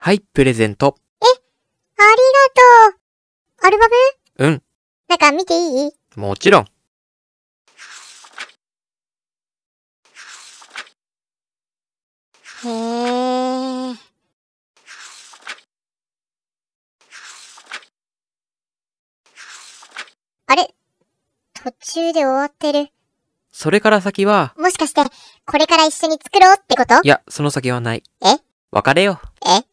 はい、プレゼント。 ありがとう。アルバム？ うん。 中見ていい？ もちろん。 へー。あれ？途中で終わってる。 それから先は、 もしかして、これから一緒に作ろうってこと？ いや、その先はない。 え？ 別れよう。 え？